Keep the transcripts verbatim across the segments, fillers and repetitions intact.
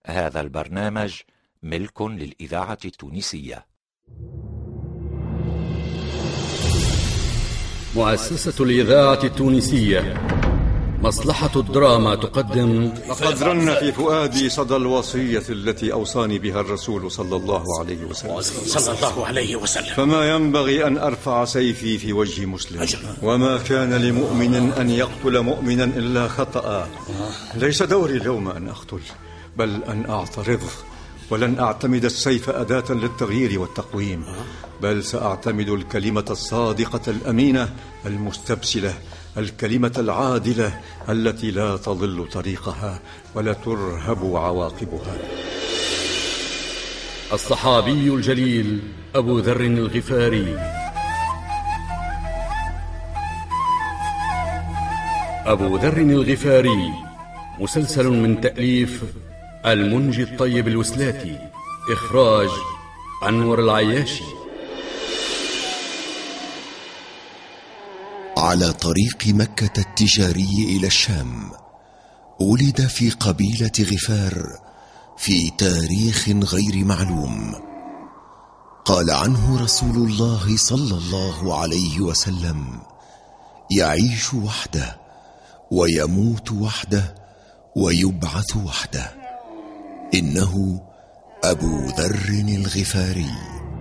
هذا البرنامج ملك للإذاعة التونسية. مؤسسة الإذاعة التونسية مصلحة الدراما تقدم. لقد رن في فؤادي صدى الوصية التي أوصاني بها الرسول صلى الله عليه وسلم صلى الله عليه وسلم فما ينبغي أن أرفع سيفي في وجه مسلم. وما كان لمؤمن أن يقتل مؤمنا إلا خطأ. ليس دوري اليوم أن أقتل، بل أن أعترض. ولن أعتمد السيف أداة للتغيير والتقويم، بل سأعتمد الكلمة الصادقة الأمينة المستبسلة، الكلمة العادلة التي لا تضل طريقها ولا ترهب عواقبها. الصحابي الجليل أبو ذر الغفاري. أبو ذر الغفاري مسلسل من تأليف المنجي الطيب الوسلاتي، إخراج أنور العياشي. على طريق مكة التجاري إلى الشام، ولد في قبيلة غفار في تاريخ غير معلوم. قال عنه رسول الله صلى الله عليه وسلم: يعيش وحده ويموت وحده ويبعث وحده. إنه أبو ذر الغفاري.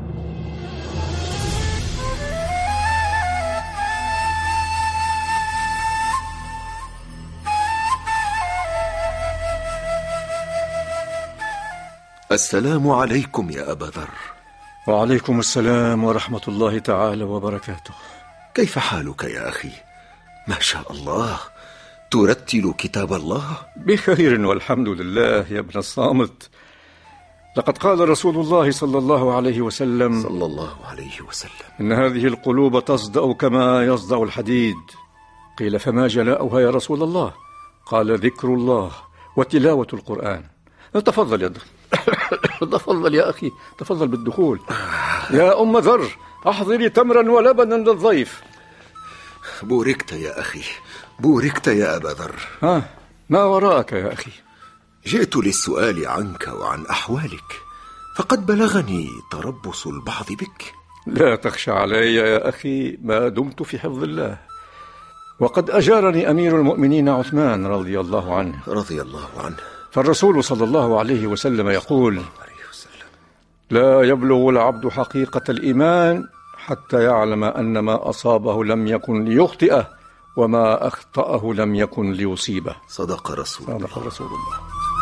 السلام عليكم يا أبا ذر. وعليكم السلام ورحمة الله تعالى وبركاته. كيف حالك يا أخي؟ ما شاء الله، ترتل كتاب الله. بخير والحمد لله يا ابن الصامت. لقد قال رسول الله صلى الله عليه وسلم صلى الله عليه وسلم إن هذه القلوب تصدأ كما يصدأ الحديد. قيل: فما جلاؤها يا رسول الله؟ قال: ذكر الله وتلاوة القرآن. تفضل يا تفضل يا أخي، تفضل بالدخول. يا أم ذر، أحضري تمرا ولبنا للضيف. بوركت يا أخي، بوركت يا أبا ذر. ها، ما وراءك يا أخي؟ جئت للسؤال عنك وعن أحوالك، فقد بلغني تربص البعض بك. لا تخشى علي يا أخي، ما دمت في حفظ الله. وقد أجارني أمير المؤمنين عثمان رضي الله عنه رضي الله عنه. فالرسول صلى الله عليه وسلم يقول: لا يبلغ العبد حقيقة الإيمان حتى يعلم أن ما أصابه لم يكن ليخطئه، وما أخطأه لم يكن ليصيبه. صدق رسول الله. صدق رسول الله.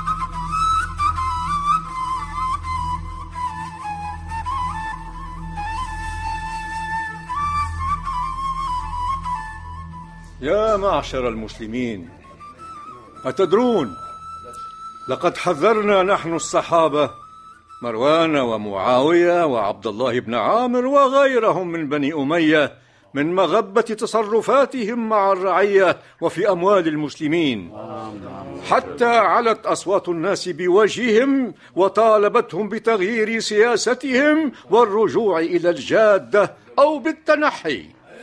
يا معشر المسلمين، أتدرون لقد حذرنا نحن الصحابة مروان ومعاوية وعبد الله بن عامر وغيرهم من بني أمية من مغبة تصرفاتهم مع الرعية وفي أموال المسلمين، حتى علت أصوات الناس بوجههم وطالبتهم بتغيير سياستهم والرجوع إلى الجادة أو بالتنحي،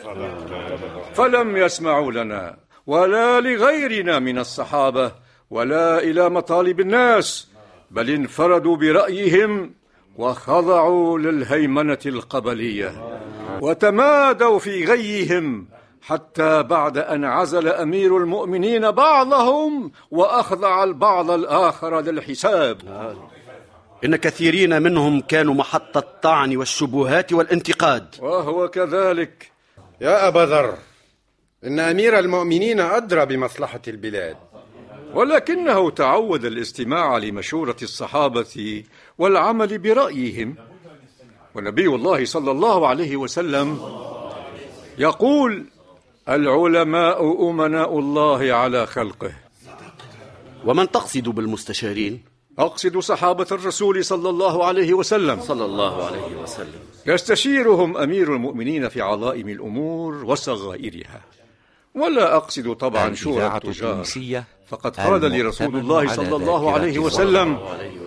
فلم يسمعوا لنا ولا لغيرنا من الصحابة ولا إلى مطالب الناس، بل انفردوا برأيهم وخضعوا للهيمنة القبلية وتمادوا في غيهم، حتى بعد أن عزل أمير المؤمنين بعضهم وأخضع البعض الآخر للحساب. إن كثيرين منهم كانوا محط الطعن والشبهات والانتقاد. وهو كذلك. يا أبا ذر، إن أمير المؤمنين أدرى بمصلحة البلاد، ولكنه تعود الاستماع لمشورة الصحابة والعمل برأيهم. ونبي الله صلى الله عليه وسلم يقول: العلماء أمناء الله على خلقه. ومن تقصد بالمستشارين؟ أقصد صحابة الرسول صلى الله عليه وسلم صلى الله عليه وسلم. يستشيرهم أمير المؤمنين في عظائم الأمور وصغائرها، ولا أقصد طبعا شورى التجار، فقد قال لي رسول الله صلى الله عليه وسلم: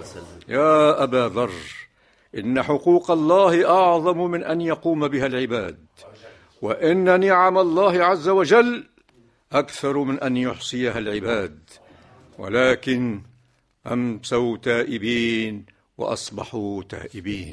يا أبا ذر، إن حقوق الله أعظم من أن يقوم بها العباد، وإن نعم الله عز وجل أكثر من أن يحصيها العباد، ولكن أمسوا تائبين وأصبحوا تائبين.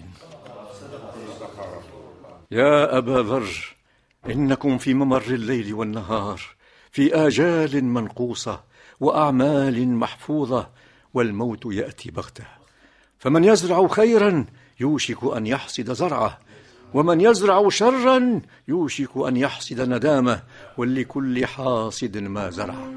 يا أبا ذر، إنكم في ممر الليل والنهار في آجال منقوصة وأعمال محفوظة، والموت يأتي بغتة، فمن يزرع خيرا يوشك أن يحصد زرعه، ومن يزرع شرا يوشك أن يحصد ندامه، ولكل حاصد ما زرع.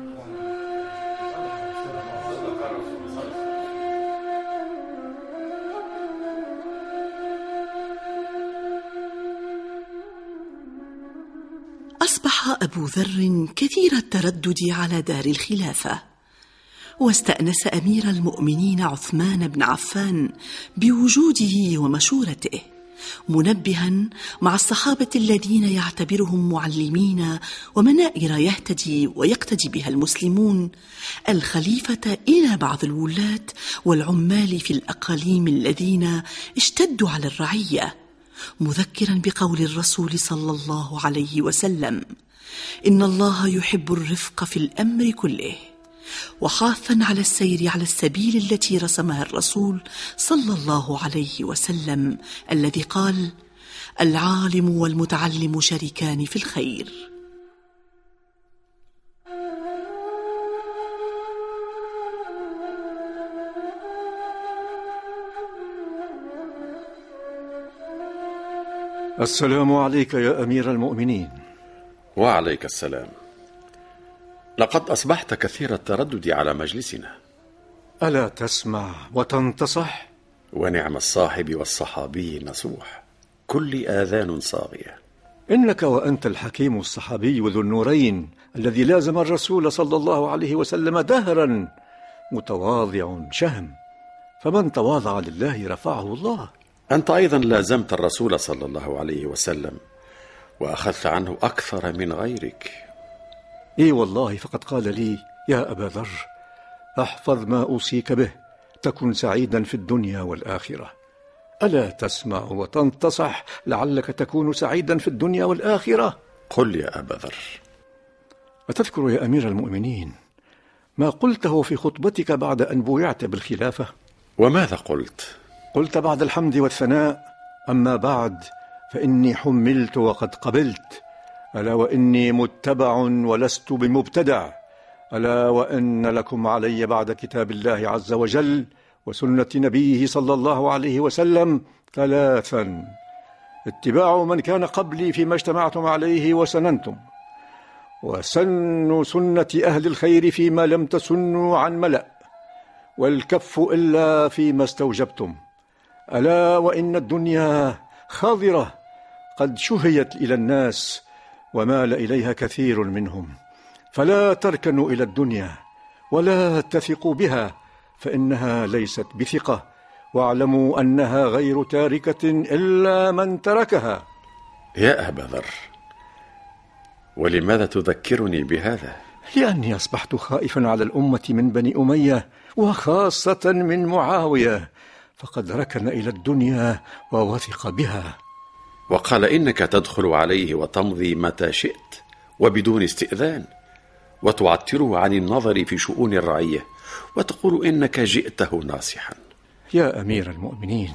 أصبح أبو ذر كثير التردد على دار الخلافة، واستأنس أمير المؤمنين عثمان بن عفان بوجوده ومشورته، منبها مع الصحابة الذين يعتبرهم معلمين ومنائر يهتدي ويقتدي بها المسلمون الخليفة إلى بعض الولاة والعمال في الأقاليم الذين اشتدوا على الرعية، مذكرا بقول الرسول صلى الله عليه وسلم: إن الله يحب الرفق في الأمر كله، وحاثا على السير على السبيل التي رسمها الرسول صلى الله عليه وسلم الذي قال: العالم والمتعلم شريكان في الخير. السلام عليك يا أمير المؤمنين. وعليك السلام. لقد أصبحت كثير التردد على مجلسنا. ألا تسمع وتنتصح؟ ونعم الصاحب والصحابي نصوح، كل آذان صاغية. إنك وأنت الحكيم الصحابي ذو النورين الذي لازم الرسول صلى الله عليه وسلم دهرا، متواضع شهم، فمن تواضع لله رفعه الله. أنت أيضا لازمت الرسول صلى الله عليه وسلم وأخذت عنه أكثر من غيرك. إي والله، فقد قال لي: يا أبا ذر، احفظ ما أوصيك به تكن سعيدا في الدنيا والآخرة. ألا تسمع وتنتصح لعلك تكون سعيدا في الدنيا والآخرة؟ قل يا أبا ذر. أتذكر يا أمير المؤمنين ما قلته في خطبتك بعد أن بويعت بالخلافة؟ وماذا قلت؟ قلت بعد الحمد والثناء: أما بعد فإني حملت وقد قبلت، ألا وإني متبع ولست بمبتدع، ألا وإن لكم علي بعد كتاب الله عز وجل وسنة نبيه صلى الله عليه وسلم ثلاثا: اتباع من كان قبلي فيما اجتمعتم عليه وسننتم، وسن سنة أهل الخير فيما لم تسنوا عن ملأ، والكف إلا فيما استوجبتم. ألا وإن الدنيا خاضرة قد شهيت إلى الناس ومال إليها كثير منهم، فلا تركنوا إلى الدنيا ولا تثقوا بها، فإنها ليست بثقة، واعلموا أنها غير تاركة إلا من تركها. يا أبا ذر، ولماذا تذكرني بهذا؟ لأني أصبحت خائفا على الأمة من بني أمية، وخاصة من معاوية، فقد ركن إلى الدنيا ووثق بها. وقال إنك تدخل عليه وتمضي متى شئت وبدون استئذان، وتعتره عن النظر في شؤون الرعية، وتقول إنك جئته ناصحا. يا أمير المؤمنين،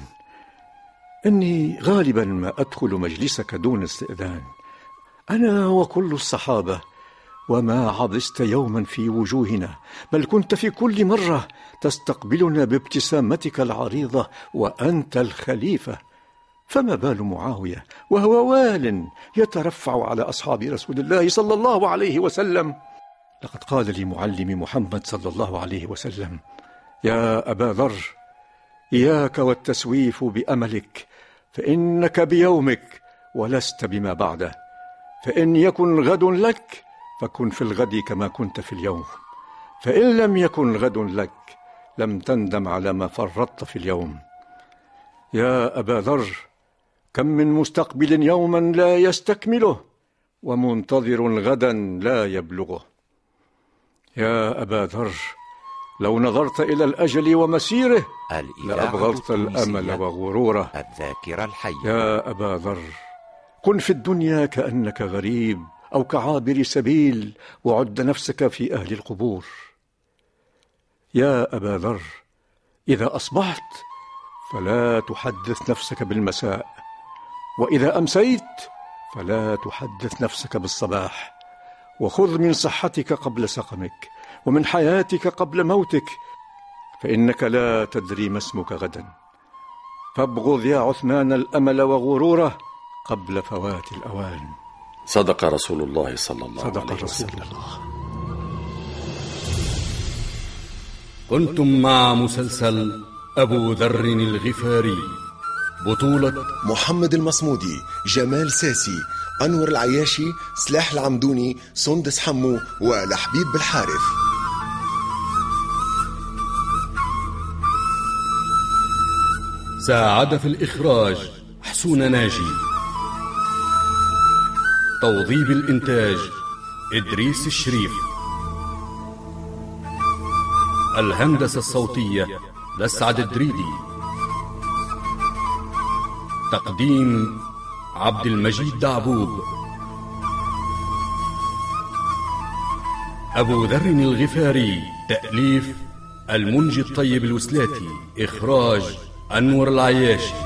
إني غالبا ما أدخل مجلسك دون استئذان، أنا وكل الصحابة، وما عبست يوما في وجوهنا، بل كنت في كل مرة تستقبلنا بابتسامتك العريضة وأنت الخليفة، فما بال معاوية وهو وال يترفع على أصحاب رسول الله صلى الله عليه وسلم؟ لقد قال لي معلم محمد صلى الله عليه وسلم: يا أبا ذر، إياك والتسويف بأملك، فإنك بيومك ولست بما بعده، فإن يكن غد لك فكن في الغد كما كنت في اليوم، فإن لم يكن غد لك لم تندم على ما فرطت في اليوم. يا أبا ذر، كم من مستقبل يوما لا يستكمله، ومنتظر غدا لا يبلغه. يا أبا ذر، لو نظرت إلى الأجل ومسيره لأبغضت الأمل وغروره. الذاكرة الحية. يا أبا ذر، كن في الدنيا كأنك غريب أو كعابر سبيل، وعد نفسك في أهل القبور. يا أبا ذر، إذا أصبحت فلا تحدث نفسك بالمساء، وإذا أمسيت فلا تحدث نفسك بالصباح. وخذ من صحتك قبل سقمك، ومن حياتك قبل موتك، فإنك لا تدري ما اسمك غدا. فابغض يا عثمان الأمل وغروره قبل فوات الأوان. صدق رسول الله صلى الله صدق عليه رسول وسلم. الله. كنتم مع مسلسل أبو ذر الغفاري، بطولة محمد المصمودي، جمال ساسي، أنور العياشي، سلاح العمدوني، سندس حمو، ولحبيب بالحارث. ساعد في الإخراج حسون ناجي. توظيف الإنتاج إدريس الشريف. الهندسة الصوتية لسعد الدريدي. تقديم عبد المجيد دعبوب. أبو ذر الغفاري، تأليف المنجي الطيب الوسلاتي، إخراج أنور العياشي.